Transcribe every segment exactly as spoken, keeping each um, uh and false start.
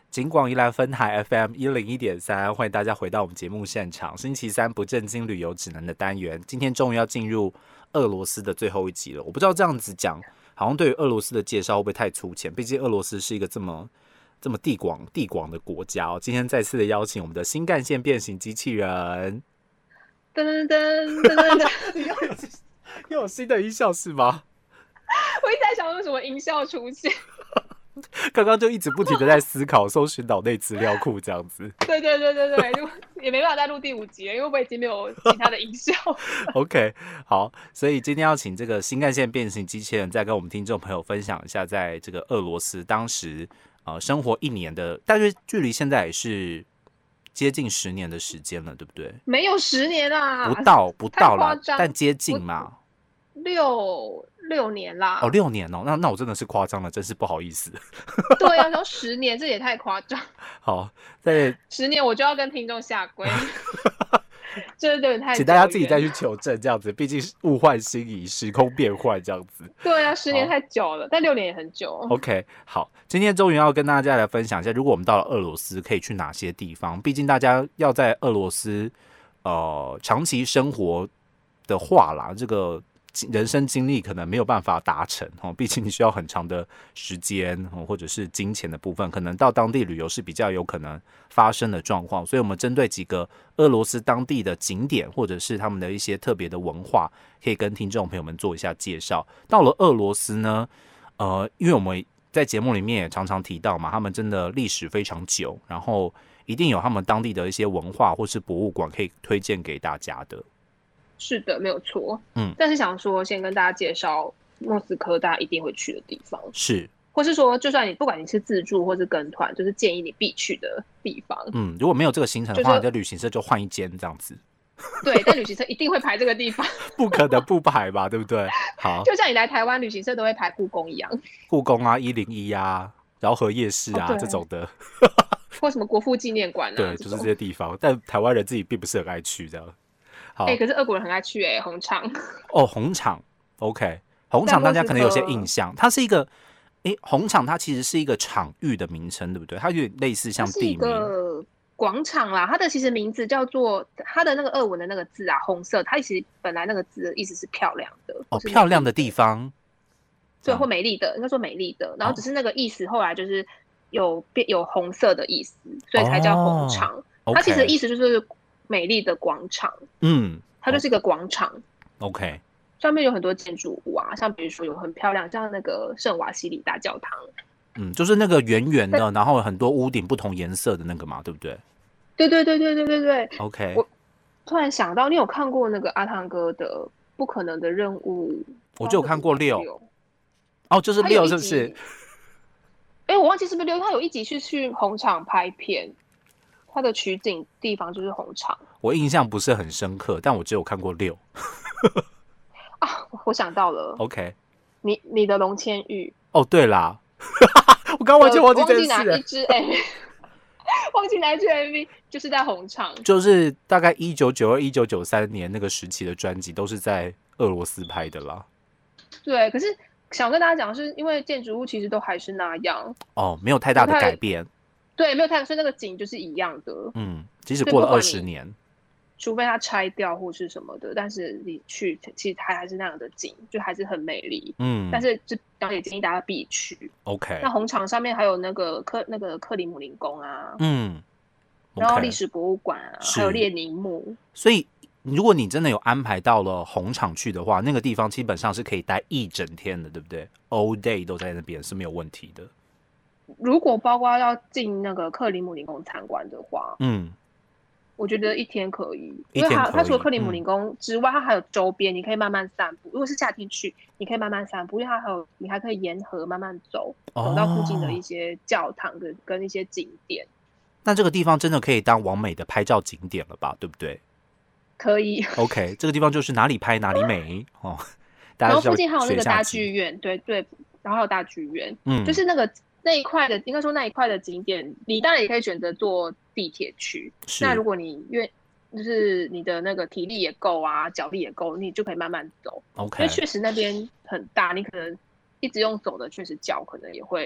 警广宜兰分台 F M 一零一点三，欢迎大家回到我们节目现场。星期三不正经旅游指南的单元，今天终于要进入俄罗斯的最后一集了。我不知道这样子讲，好像对于俄罗斯的介绍会不会太粗浅？毕竟俄罗斯是一个这么这么地广地广的国家哦。今天再次的邀请我们的新干线变形机器人， 噔噔噔噔噔噔， 又有又有新的音效是吗？ 我一直在想有什么音效出现。 刚刚就一直不停的在思考，搜寻岛内资料库这样子。 对对对对对，就也没办法再录第五集了，因为我已经没有其他的音效。 OK， 好，所以今天要请这个新干线变形机器人，再跟我们听众朋友分享一下，在这个俄罗斯当时呃生活一年的，大约距离现在也是接近十年的时间了，对不对？ 没有十年啦， 不到不到啦， 太但接近嘛。 六六年啦。 哦，六年哦，那那我真的是夸张了，真是不好意思。 对啊，然后十年这也太夸张。 好，在十年我就要跟听众下跪。这有点太， 请大家自己再去求证，这样子，毕竟物换星移，时空变换这样子。 对啊，十年太久了，但六年也很久。 OK， 好，今天终于要跟大家来分享一下，如果我们到了俄罗斯，可以去哪些地方？毕竟大家要在俄罗斯呃长期生活的话啦，这个人生经历可能没有办法达成哦，毕竟你需要很长的时间或者是金钱的部分，可能到当地旅游是比较有可能发生的状况。所以我们针对几个俄罗斯当地的景点或者是他们的一些特别的文化，可以跟听众朋友们做一下介绍。到了俄罗斯呢，呃，因为我们在节目里面也常常提到嘛，他们真的历史非常久，然后一定有他们当地的一些文化或是博物馆可以推荐给大家的。 是的，没有错。 嗯， 但是想说，先跟大家介绍莫斯科，大家一定会去的地方， 是， 或是说，就算你不管你是自助或是跟团，就是建议你必去的地方。 嗯，如果没有这个行程的话，就是、你在旅行社就换一间这样子。 对，但旅行社一定会排这个地方， 不可能不排吧，对不对？好， 就像你来台湾，旅行社都会排故宫一样， 故宫啊、一零一啊、饶河夜市啊、哦、这种的， 或什么国父纪念馆啊， 对，就是这些地方。但台湾人自己并不是很爱去这样。 哎、欸，可是俄国人很爱去哎、欸，红场。 哦，红场 ，OK， 红场大家可能有些印象，它是一个，哎、欸，红场它其实是一个场域的名称，对不对？它有点类似像地名。 它是一个广场啦，它的其实名字叫做它的那个俄文的那个字啊，红色，它其实本来那个字的意思是漂亮的。 哦，漂亮的地方。 对，或美丽的，应该说美丽的。然后只是那个意思后来就是有变有红色的意思，所以才叫红场。哦、它其实意思就是美丽的广场。 嗯， 它就是一个广场。 OK， 上面有很多建筑物啊，像比如说有很漂亮，像那个圣瓦西里大教堂。 嗯，就是那个圆圆的，然后很多屋顶不同颜色的那个嘛，对不对？ 对对对对对对对。 OK， 我突然想到，你有看过那个阿汤哥的《不可能的任务》？ 我就有看过六。哦，就是六，是不是？ 哎、欸，我忘记是不是六？他有一集是去红场拍片，他的取景地方就是红场。 我印象不是很深刻，但我只有看过六。 啊，我想到了。 OK， 你你的龙千玉。 哦，对啦，我刚完全忘记这件事了。 忘记哪一支 M V， 忘记哪一支 M V， 就是在红场， 就是大概一九九二、一九九三年那个时期的专辑，都是在俄罗斯拍的啦。 对，可是想跟大家讲，是因为建筑物其实都还是那样哦，没有太大的改变。 对，没有太，所以那个景就是一样的。 嗯，即使过了二十年， 除非它拆掉或是什么的，但是你去其实它还是那样的景，就还是很美丽。 嗯， 但是就当然建议大家必去。 OK， 那红场上面还有那个克那个克里姆林宫啊， 嗯， okay, 然后历史博物馆啊，还有列宁墓。 所以如果你真的有安排到了红场去的话，那个地方基本上是可以待一整天的，对不对 ？All day 都在那边是没有问题的。 如果包括要进那个克里姆林宫参观的话， 嗯， 我觉得一天可以， 因为它除了克里姆林宫之外，嗯、它还有周边，你可以慢慢散步。如果是夏天去，你可以慢慢散步，因为它还有你还可以沿河慢慢走，哦、走到附近的一些教堂跟跟一些景点。 那这个地方真的可以当完美的拍照景点了吧？对不对？ 可以。 OK， 这个地方就是哪里拍哪里美哦。 然后附近还有那个大剧院，对对，然后还有大剧院，嗯，就是那个。那一块的，应该说那一块的景点，你当然也可以选择坐地铁去。那如果你愿，就是你的那个体力也够啊，脚力也够，你就可以慢慢走。 OK， 因为确实那边很大，你可能一直用走的，确实脚可能也会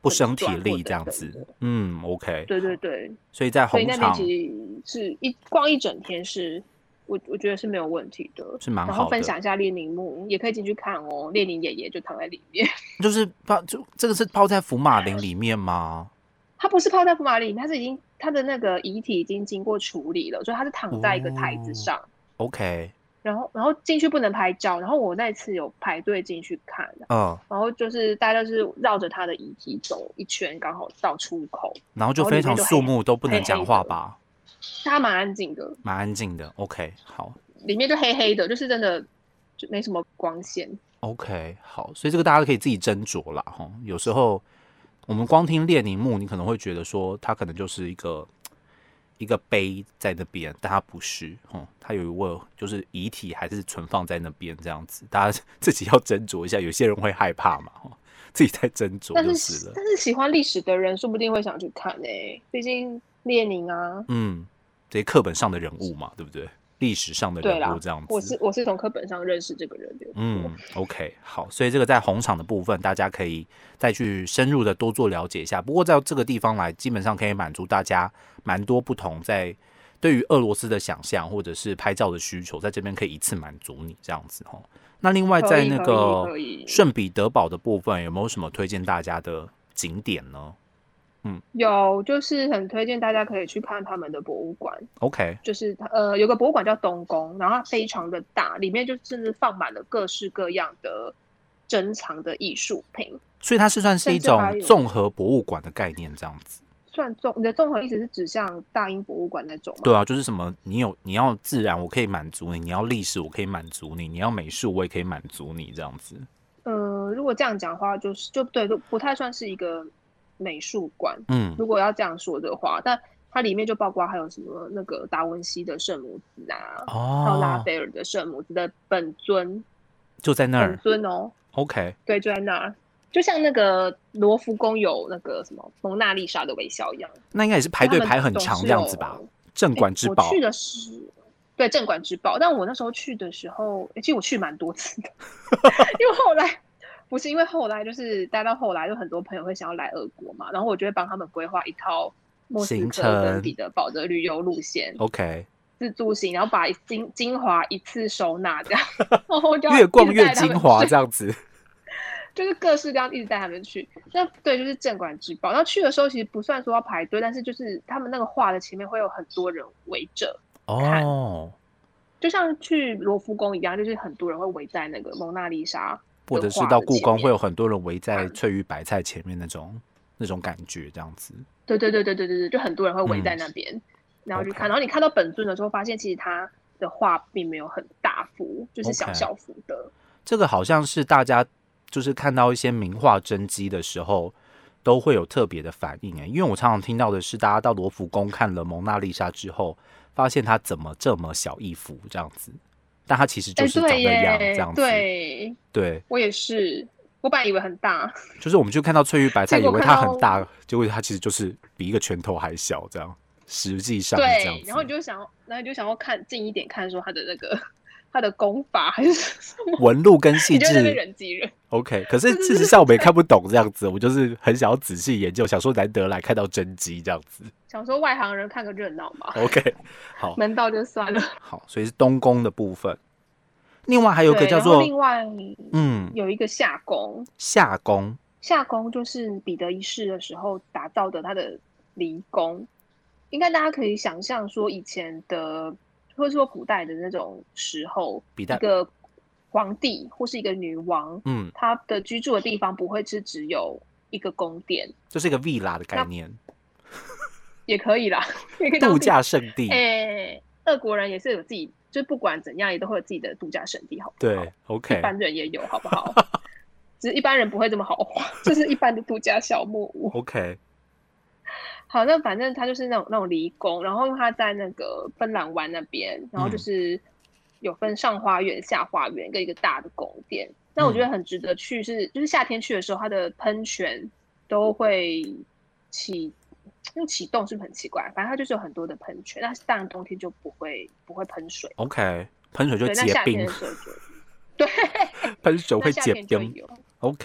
不生体力这样子。嗯 ，OK， 对对对， 所以在红场， 所以那边其实是一逛一整天是。我我觉得是没有问题的， 是蛮好的。 然后分享一下列宁墓，也可以进去看哦。列宁爷爷就躺在里面， 就是泡，就这个是泡在福马林里面吗？ 他不是泡在福马林里面，他是已经他的那个遗体已经经过处理了，所以他是躺在一个台子上。 哦、OK， 然后然后进去不能拍照，然后我那次有排队进去看，嗯，然后就是大家就是绕着他的遗体走一圈，刚好到出口， 然后就非常肃穆，都不能讲话吧。 他蛮安静的， 蛮安静的。OK， 好。 里面就黑黑的，就是真的就没什么光线。 OK， 好，所以这个大家可以自己斟酌啦。哈，有时候我们光听列宁墓，你可能会觉得说它可能就是一个一个碑在那边，但它不是。哈，它有一位就是遗体还是存放在那边这样子，大家自己要斟酌一下。有些人会害怕嘛，自己在斟酌就是了。 但是但是喜欢历史的人说不定会想去看呢、欸，毕竟列宁啊， 嗯。这些课本上的人物嘛，对不对？历史上的人物这样子。 我是我是从课本上认识这个人的。 嗯 ，OK， 好，所以这个在红场的部分，大家可以再去深入的多做了解一下。不过在这个地方来，基本上可以满足大家蛮多不同在对于俄罗斯的想象，或者是拍照的需求，在这边可以一次满足你这样子哈。那另外在那个圣彼得堡的部分，有没有什么推荐大家的景点呢？ 嗯，有，就是很推荐大家可以去看他们的博物馆。 OK， 就是呃，有个博物馆叫东宫，然后它非常的大，里面就真的放满了各式各样的珍藏的艺术品。 所以它是算是一种综合博物馆的概念，这样子。 算综，你的综合意思是指像大英博物馆那种吗？ 对啊，就是什么，你有你要自然，我可以满足你；你要历史，我可以满足你；你要美术，我也可以满足你，这样子。 呃，如果这样讲的话，就是就对，就不太算是一个美术馆， 嗯， 如果要这样说的话，但它里面就包括还有什么那个达文西的圣母子啊，哦，还有拉斐尔的圣母子的本尊， 就在那儿， 本尊哦 ，OK， 对，就在那儿，就像那个罗浮宫有那个什么蒙娜丽莎的微笑一样， 那应该也是排队排很长这样子吧？镇馆之宝， 我去的是对镇馆之宝，但我那时候去的时候，其实我去蛮多次的，因为后来。不是因为后来就是待到后来，有很多朋友会想要来俄国嘛，然后我就会帮他们规划一套莫斯科跟彼得堡的旅游路线 ，OK， 自助型，然后把精精华一次收纳这样，然后就越逛越精华这样子， 就是各式各样一直带他们去。那对，就是镇馆之宝。然后去的时候其实不算说要排队，但是就是他们那个画的前面会有很多人围着看，哦，就像去罗浮宫一样，就是很多人会围在那个蒙娜丽莎。 或者是到故宫会有很多人围在翠玉白菜前面那种、嗯、那种感觉，这样子。 对对对对对对对，就很多人会围在那边、嗯，然后去看。Okay. 然后你看到本尊的时候，发现其实他的画并没有很大幅，就是小小幅的。Okay. 这个好像是大家就是看到一些名画真迹的时候，都会有特别的反应哎，因为我常常听到的是，大家到罗浮宫看了蒙娜丽莎之后，发现它怎么这么小一幅这样子。但它其实就是长那样、欸、这样子， 对对， 我也是，我本来以为很大， 就是我们就看到翠玉白菜，以为它很大，结果它其实就是比一个拳头还小，这样，实际上是这样子。 对，然后你就想，然后你就想要看近一点，看说它的那个它的功法还是纹路跟细致， 人挤人。 OK， 可是事实上我们也看不懂这样子，我就是很想要仔细研究，想说难得来看到真迹这样子。 想说外行人看个热闹嘛 ，OK， 好， 门道就算了。 好，所以是东宫的部分。另外还有一个叫做， 另外嗯，有一个夏宫。 夏宫， 夏宫就是彼得一世的时候打造的他的离宫。应该大家可以想象说，以前的或者说古代的那种时候，一个皇帝或是一个女王，嗯，他的居住的地方不会是只有一个宫殿， 就是一个 villa 的概念。 也可以啦，也可以度假胜地。 哎、欸，俄国人也是有自己，就不管怎样也都会有自己的度假胜地，好不好？ 对 ，OK。 一般人也有，好不好？只是一般人不会这么豪华，就是一般的度假小木屋。 OK。 好，那反正它就是那种那种离宫，然后因为它在那个芬兰湾那边，然后就是有分上花园、下花园跟一个大的宫殿。那我觉得很值得去是，是就是夏天去的时候，它的喷泉都会起。用启动是不是很奇怪？反正它就是有很多的喷泉，那当然冬天就不会不会喷水。 OK， 喷水就结冰。 对，对，喷水会结冰。 OK，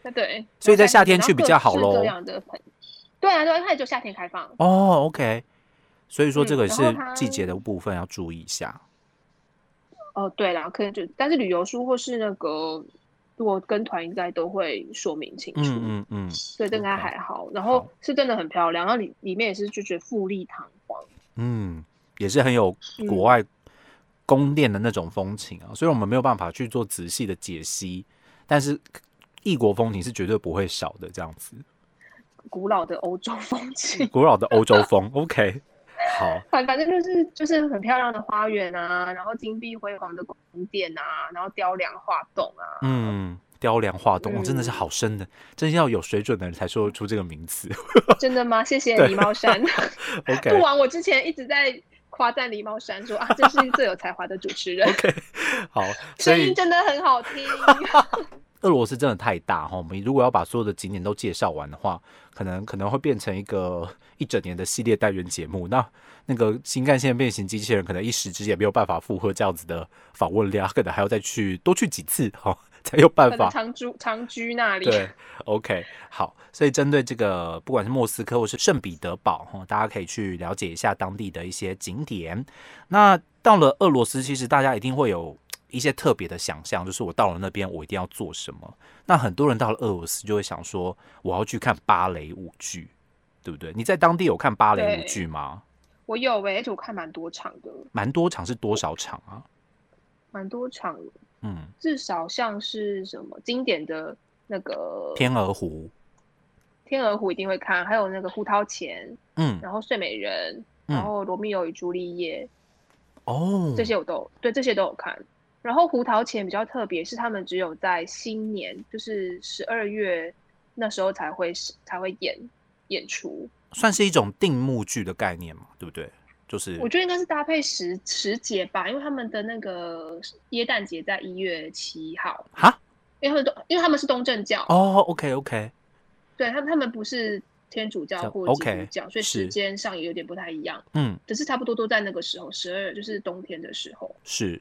对， 所以在夏天去比较好咯。 对啊，对啊，它就夏天开放。 哦 ，OK， 所以说这个是季节的部分要注意一下。 哦、呃，对啦，可能就但是旅游书或是那个如果跟团应该都会说明清楚。 嗯嗯嗯， 所以这应该还好。然后是真的很漂亮，然后里里面也是就觉得富丽堂皇。 嗯，也是很有国外宫殿的那种风情啊，所以我们没有办法去做仔细的解析，但是异国风情是绝对不会少的，这样子。 古老的欧洲风情， 古老的欧洲风，OK， 好， 反反正就是就是很漂亮的花园啊，然后金碧辉煌的宫殿啊，然后雕梁画栋啊， 嗯，雕梁画栋，哇、嗯，真的是好深的，真要有水准的人才说得出这个名词。 真的吗？谢谢狸猫山。 OK， 不枉我之前一直在夸赞狸猫山说啊，这是最有才华的主持人。 OK， 好， 声音真的很好听。 俄罗斯真的太大哈，我们如果要把所有的景点都介绍完的话，可能可能会变成一个一整年的系列单元节目。那那个新干线变形机器人可能一时之间没有办法负荷这样子的访问量，可能还要再去多去几次哈，才有办法长居长居那里。 对 ，OK， 好，所以针对这个不管是莫斯科或是圣彼得堡哈，大家可以去了解一下当地的一些景点。那到了俄罗斯，其实大家一定会有一些特别的想象，就是我到了那边我一定要做什么。那很多人到了俄罗斯就会想说我要去看芭蕾舞剧，对不对？你在当地有看芭蕾舞剧吗？ 我有诶、欸，而且我看蛮多场的。 蛮多场是多少场啊？ 蛮多场， 嗯，至少像是什么经典的那个天鹅湖， 天鹅湖一定会看，还有那个胡桃钳， 嗯， 然后睡美人，嗯、然后罗密欧与朱丽叶， 哦， 这些我都对这些都有看。然后胡桃钳比较特别，是他们只有在新年，就是十二月那时候才会才会演演出， 算是一种定目剧的概念嘛，对不对？就是我觉得应该是搭配时时节吧，因为他们的那个耶诞节在一月七号， 哈， 因为他们都因为他们是东正教哦 ，OK OK， 对他们他们不是天主教或基督教， okay, 所以时间上也有点不太一样，嗯，只是差不多都在那个时候，十二就是冬天的时候， 是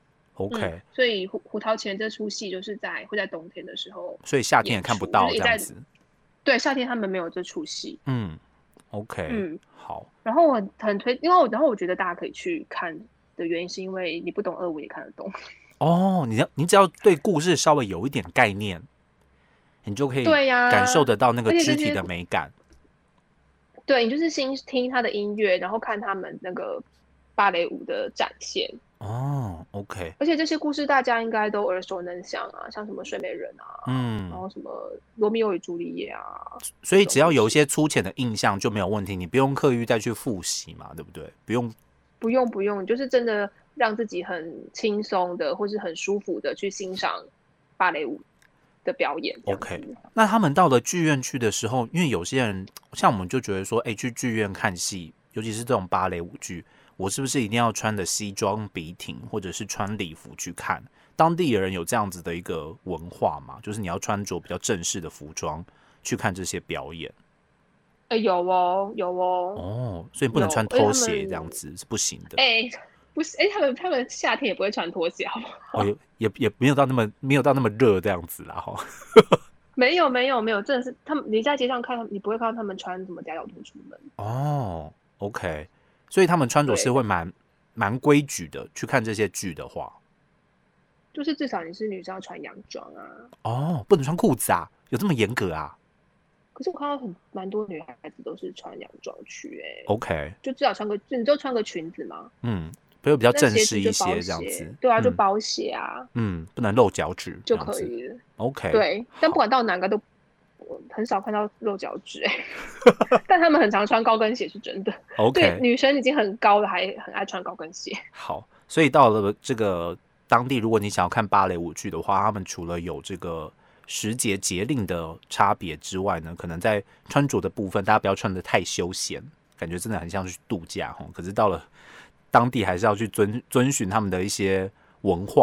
OK，嗯、 所以胡胡桃钳这出戏就是在会在冬天的时候， 所以夏天也看不到这样子， 对，夏天他们没有这出戏， 嗯 ，OK，嗯。好， 然后我很推，因为我然后我觉得大家可以去看的原因是因为你不懂俄文也看得懂哦，你你只要对故事稍微有一点概念，你就可以对呀感受得到那个肢体的美感。 对，你就是先听他的音乐，然后看他们那个芭蕾舞的展现。 哦 ，OK。 而且这些故事大家应该都耳熟能详啊，像什么睡美人啊，嗯，然后什么罗密欧与朱丽叶啊， 所以只要有一些粗浅的印象就没有问题，你不用刻意再去复习嘛，对不对？不用， 不用，不用，就是真的让自己很轻松的，或是很舒服的去欣赏芭蕾舞的表演。 OK， 那他们到了剧院去的时候，因为有些人像我们就觉得说，哎，去剧院看戏，尤其是这种芭蕾舞剧。我是不是一定要穿的西装笔挺，或者是穿礼服去看？当地人有这样子的一个文化吗？就是你要穿着比较正式的服装去看这些表演？ 欸、有哦，有哦。 哦，所以不能穿拖鞋这样子是不行的。 哎、欸，不是，哎、欸，他们他们夏天也不会穿拖鞋，好不好？ 哦，也也没有到那么没有到那么热这样子啦，哈。 没有没有没有，真的是他们，你在街上看，你不会看到他们穿什么夹脚拖出门。 哦 ，OK。所以他们穿着是会蛮蛮规矩的，去看这些剧的话， 就是至少你是女生要穿洋装啊。 哦，不能穿裤子啊，有这么严格啊？ 可是我看到很蛮多女孩子都是穿洋装去、欸，哎 ，OK， 就至少穿个，你就穿个裙子嘛。 嗯，比如比较正式一些这样子。 对啊，就包鞋啊， 嗯，不能露脚趾就可以了。 OK， 对，但不管到哪个都。很少看到露脚趾哎，但他们很常穿高跟鞋是真的。 OK， 对，女生已经很高了，还很爱穿高跟鞋。 好，所以到了这个当地，如果你想要看芭蕾舞剧的话，他们除了有这个时节节令的差别之外呢，可能在穿着的部分，大家不要穿得太休闲，感觉真的很像去度假。可是到了当地，还是要去遵遵循他们的一些文化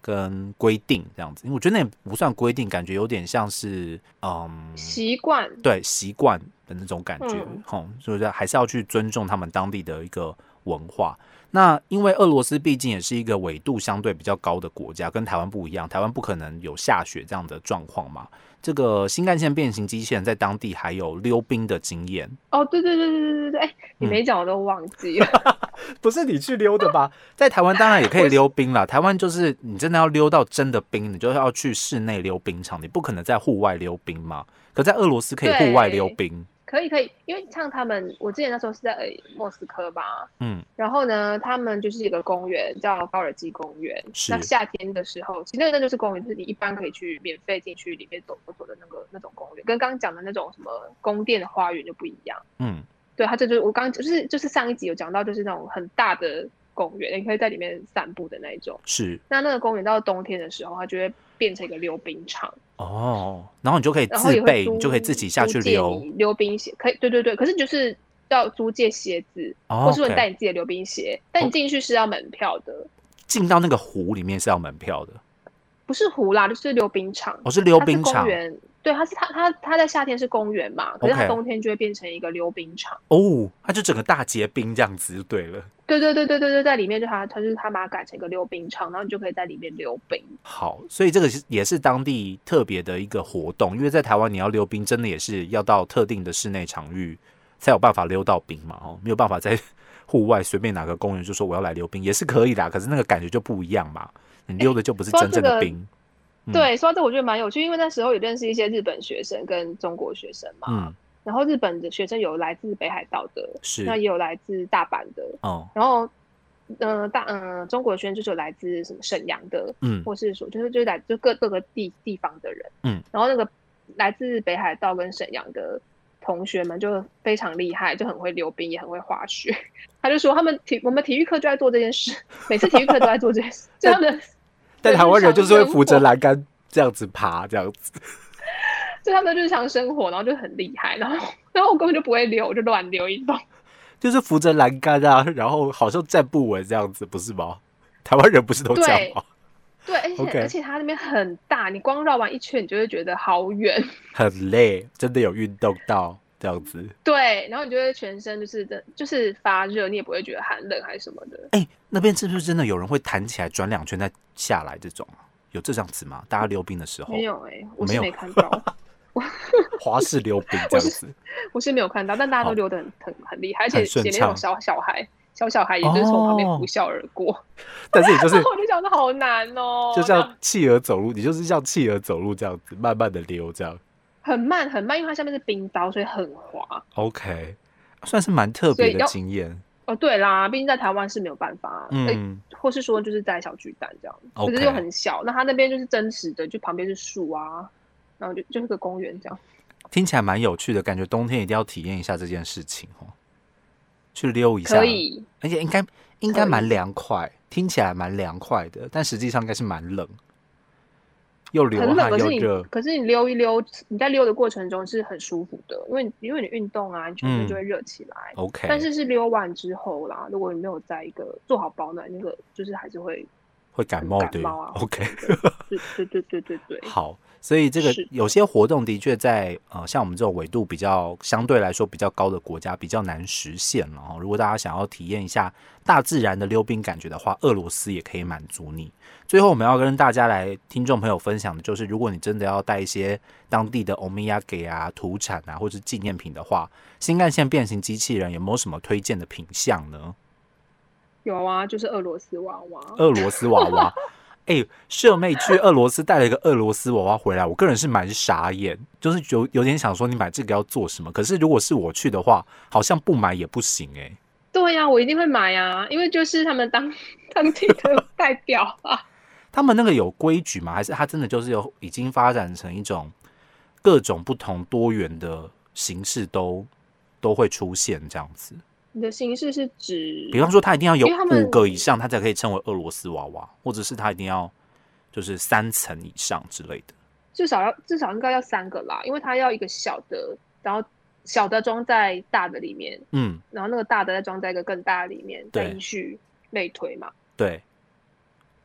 跟规定这样子，因为我觉得那也不算规定，感觉有点像是嗯习惯， 对习惯的那种感觉， 嗯吼、所以还是要去尊重他们当地的一个文化。那因为俄罗斯毕竟也是一个纬度相对比较高的国家，跟台湾不一样，台湾不可能有下雪这样的状况嘛。这个新干线变形机器人在当地还有溜冰的经验。 哦，对对对对对对对，哎，你没讲我都忘记了。嗯、 不是你去溜的吧？在台湾当然也可以溜冰啦。台湾就是你真的要溜到真的冰，你就要去室内溜冰场，你不可能在户外溜冰嘛。可在俄罗斯可以户外溜冰。 可以可以，因为像他们，我之前那时候是在莫斯科吧， 嗯， 然后呢，他们就是一个公园叫高尔基公园。那夏天的时候，其实那个就是公园，就是你一般可以去免费进去里面走走的那个那种公园，跟刚刚讲的那种什么宫殿的花园就不一样。嗯，对，它这就是我刚刚就是就是上一集有讲到，就是那种很大的公园，你可以在里面散步的那一种。 是， 那那个公园到冬天的时候，它就会变成一个溜冰场。 哦，然后你就可以自备，你就可以自己下去溜溜冰鞋，可以，对对对。可是就是要租借鞋子，哦、或是说你带你自己的溜冰鞋， okay. 但你进去是要门票的。 进到那个湖里面是要门票的？ 不是湖啦，就是溜冰场。 哦，是溜冰场。 公园，对，它是它它它在夏天是公园嘛，可是它冬天就会变成一个溜冰场。 哦，它就整个大结冰这样子就对了。 对对对对对对，在里面就它它就是它把它改成一个溜冰场，然后你就可以在里面溜冰。 好，所以这个也是当地特别的一个活动，因为在台湾你要溜冰，真的也是要到特定的室内场域才有办法溜到冰嘛，哦，没有办法在户外随便哪个公园就说我要来溜冰，也是可以啦，可是那个感觉就不一样嘛，你溜的就不是真正的冰。欸嗯、对，说到这我觉得蛮有趣，因为那时候也认识一些日本学生跟中国学生嘛。嗯，然后日本的学生有来自北海道的， 是， 那也有来自大阪的，哦，然后，呃，大，呃，中国的学生就是有来自什么沈阳的，嗯，或是说就是就是来就各各个地地方的人，嗯，然后那个来自北海道跟沈阳的同学们就非常厉害，就很会溜冰，也很会滑雪。他就说他们体我们体育课就在做这件事，每次体育课都在做这件事，就他们的。 但台湾人就是会扶着栏杆这样子爬，这样子。 就他们的日常生活，然后就很厉害，然后然后我根本就不会溜，我就乱溜一通。 就是扶着栏杆啊，然后好像站不稳这样子，不是吗？台湾人不是都这样吗？ 对，对而且、okay. 而且它那边很大，你光绕完一圈，你就会觉得好远， 很累，真的有运动到这样子。 对，然后你就会全身就是就是发热，你也不会觉得寒冷还是什么的。 哎、欸，那边是不是真的有人会弹起来转两圈再下来这种？有这样子吗？大家溜冰的时候没有哎、欸，我是没看到。 华式溜冰这样子我，我是没有看到，但大家都溜得很很很厉害，而且连那种小小孩、小小孩也就是从旁边呼啸而过。哦、 但是你就是， 我就想的好难哦， 就像企鹅走路，你就是像企鹅走路这样子，慢慢的溜这样， 很慢很慢，因为它下面是冰刀，所以很滑。 OK， 算是蛮特别的经验。 哦，对啦，毕竟在台湾是没有办法，嗯，欸、或是说就是在小巨蛋这样， okay. 可是又很小。那它那边就是真实的，就旁边是树啊。然后就就是个公园这样， 听起来蛮有趣的，感觉冬天一定要体验一下这件事情哦，去溜一下， 可以， 而且应该应该蛮凉快，听起来蛮凉快的，但实际上应该是蛮冷，又流汗又热。 可是你溜一溜，你在溜的过程中是很舒服的，因为因为你运动啊，你全身就会热起来。 嗯、OK， 但是是溜完之后啦，如果你没有在一个做好保暖，那个就是还是会会感冒的。 感冒啊 OK， 对对对对对对， 好。所以这个有些活动的确在呃，像我们这种纬度比较相对来说比较高的国家比较难实现了哦。如果大家想要体验一下大自然的溜冰感觉的话，俄罗斯也可以满足你。最后我们要跟大家来听众朋友分享的就是，如果你真的要带一些当地的欧米亚给啊、土产啊或是纪念品的话，新干线变形机器人有没有什么推荐的品项呢？ 有啊，就是俄罗斯娃娃。 俄罗斯娃娃。哎、欸，舍妹去俄罗斯带了一个俄罗斯娃娃回来，我个人是蛮傻眼，就是有有点想说你买这个要做什么？可是如果是我去的话，好像不买也不行哎、欸。 对呀、啊，我一定会买啊，因为就是他们当当地的代表啊。 他们那个有规矩吗？还是他真的就是有已经发展成一种各种不同多元的形式都都会出现这样子？ 你的形式是指， 比方说，他一定要有五个以上，他才可以称为俄罗斯娃娃，或者是他一定要就是三层以上之类的。 至少要至少应该要三个啦，因为他要一个小的，然后小的装在大的里面，嗯，然后那个大的再装在一个更大的里面，再依序类推嘛。 对。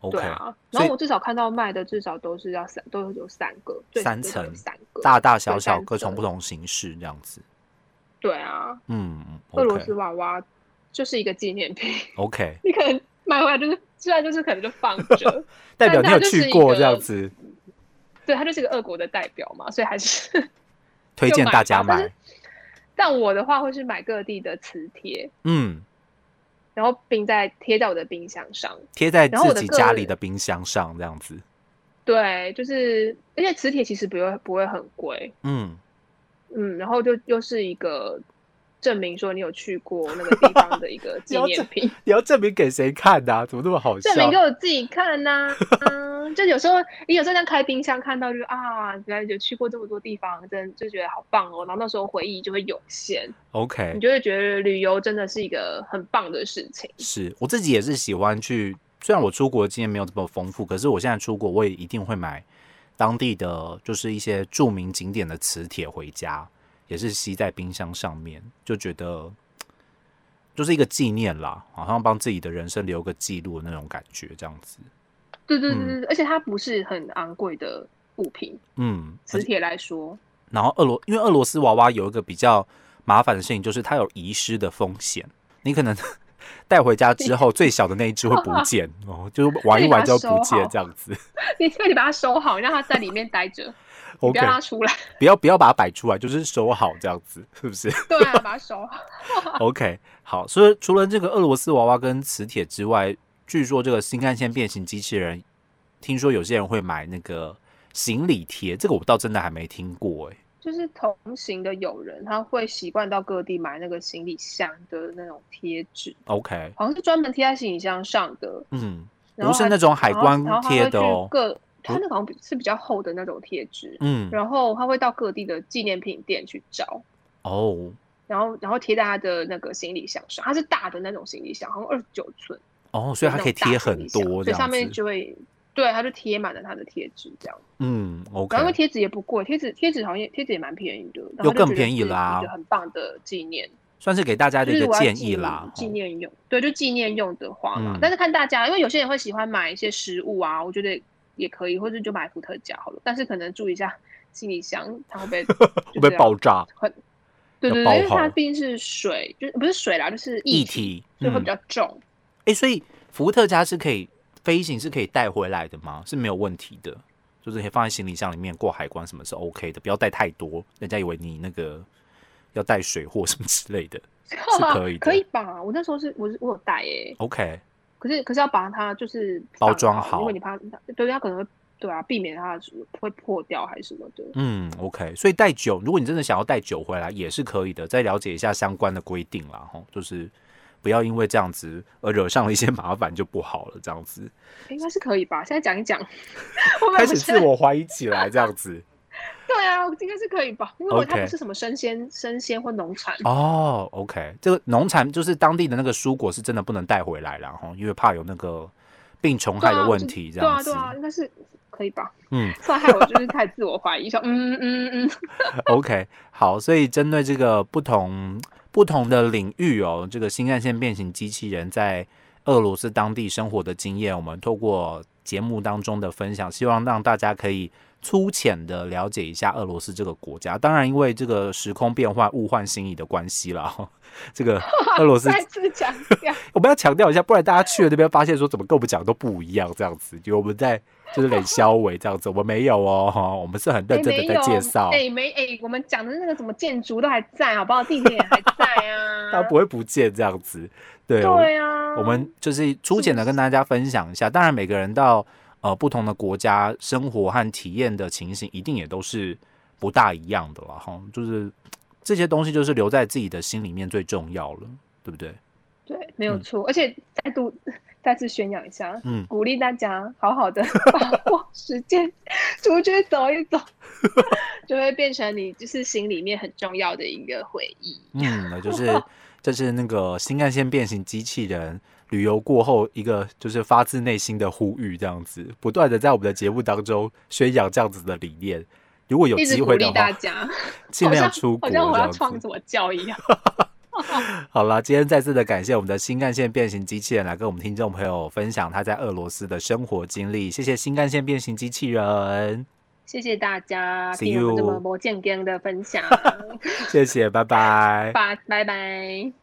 OK， 对啊。然后我至少看到卖的至少都是要三，都有三个， 三层， 三个， 大大小小各种不同形式这样子。 对啊， 嗯， okay, 俄罗斯娃娃就是一个纪念品。 OK， 你可能买回来就是，虽然就是可能就放着， 代表你有去过这样子。 对，它就是一个俄国的代表嘛，所以还是推荐大家买。 但, 但我的话会是买各地的磁铁， 嗯， 然后冰在贴在我的冰箱上， 贴在自己家里的冰箱上这样子。 对，就是而且磁铁其实不会不会很贵， 嗯嗯，然后就又是一个证明说你有去过那个地方的一个纪念品。 你要证明给谁看啊？怎么那么好笑？ 证明给我自己看啊。嗯，就有时候你有时候在开冰箱看到就啊，原来有去过这么多地方，真的就觉得好棒哦。然后那时候回忆就会涌现。 OK， 你就会觉得旅游真的是一个很棒的事情。 是我自己也是喜欢去，虽然我出国的经验没有这么丰富，可是我现在出国我也一定会买当地的就是一些著名景点的磁铁回家，也是吸在冰箱上面，就觉得就是一个纪念啦，好像帮自己的人生留个记录的那种感觉，这样子。 对对对对、嗯，而且它不是很昂贵的物品， 嗯， 磁铁来说。 然后俄罗，因为俄罗斯娃娃有一个比较麻烦的事情，就是它有遗失的风险，你可能带回家之后，最小的那一只会不见哦，就是玩一玩就不见这样子。 你所以你把它收好，让它在里面待着。Okay, 你不要让它出来， 不要不要把它摆出来，就是收好这样子，是不是？ 对啊，把它收好。 OK， 好，所以除了这个俄罗斯娃娃跟磁铁之外，据说这个新干线变形机器人，听说有些人会买那个行李贴，这个我倒真的还没听过哎。 就是同行的友人，他会习惯到各地买那个行李箱的那种贴纸。 OK， 好像是专门贴在行李箱上的。 嗯，不是那种海关贴的哦。 各它那个好像是比较厚的那种贴纸。 嗯， 然后他会到各地的纪念品店去找。 哦。 然后然后贴在他的那个行李箱上，它是大的那种行李箱，好像二十九寸。 哦，所以它可以贴很多， 所以上面就会。对，它就贴满了它的贴纸，这样。 嗯 ，OK。 然后因为贴纸也不贵，贴纸贴纸好像贴纸也蛮便宜的， 又更便宜啦， 一个很棒的纪念， 算是给大家的一个建议啦。 纪念用，对，就纪念用的话嘛、嗯。但是看大家，因为有些人会喜欢买一些食物啊，我觉得也可以，或者就买伏特加好了。但是可能注意一下行李箱，它会被会被爆炸。 很，对对对，因为它毕竟是水，就是不是水啦，就是液体，所以会比较重。 哎、嗯欸，所以伏特加是可以。飞行是可以带回来的吗？是没有问题的，就是可以放在行李箱里面过海关，什么是 OK 的，不要带太多，人家以为你那个要带水货什么之类的，是可以的， 可以吧？我那时候是我我有带耶、欸、 ，OK， 可是可是要把它就是包装好， 因为你怕对它可能会对啊，避免它会破掉还是什么的。 嗯 ，OK， 所以带酒，如果你真的想要带酒回来也是可以的，再了解一下相关的规定啦，吼，就是。不要因为这样子而惹上了一些麻烦就不好了，这样子应该是可以吧？现在讲一讲， 开始自我怀疑起来，这样子。 对啊，应该是可以吧？因为它不是什么生鲜、生鲜或农产哦。OK， 这个农产就是当地的那个蔬果是真的不能带回来了哈，因为怕有那个病虫害的问题，这样子。 对啊，对啊，应该是可以吧？嗯，算害我就是太自我怀疑，说嗯嗯嗯。 OK， 好，所以针对这个不同。不同的领域哦，这个新干线变形机器人在俄罗斯当地生活的经验，我们透过节目当中的分享，希望让大家可以粗浅的了解一下俄罗斯这个国家。当然，因为这个时空变换、物换星移的关系啦，这个俄罗斯再次强调， 我们要强调一下，不然大家去了那边发现说怎么跟我们讲都不一样，这样子，就我们在就是冷消委这样子，我们没有哦，我们是很认真的在介绍。 哎、欸，没哎、欸，我们讲的那个什么建筑都还在，好不好？地铁也还在啊， 它不会不见这样子。对对啊， 我们就是粗浅的跟大家分享一下。当然，每个人到呃不同的国家生活和体验的情形，一定也都是不大一样的啦。哈，就是这些东西就是留在自己的心里面最重要了，对不对？ 对，没有错、嗯。而且再度再次宣扬一下，嗯，鼓励大家好好的把握时间，出去走一走，就会变成你就是心里面很重要的一个回忆。 嗯，那就是这是那个新干线变形机器人旅游过后一个就是发自内心的呼吁，这样子不断的在我们的节目当中宣扬这样子的理念。如果有机会的话， 大家尽量出国， 好像我要创什么教一样。 好了，今天再次的感谢我们的新干线变形机器人来跟我们听众朋友分享他在俄罗斯的生活经历，谢谢新干线变形机器人， 谢谢大家听我们这么魔见根的分享， 谢谢，拜拜， 拜拜拜。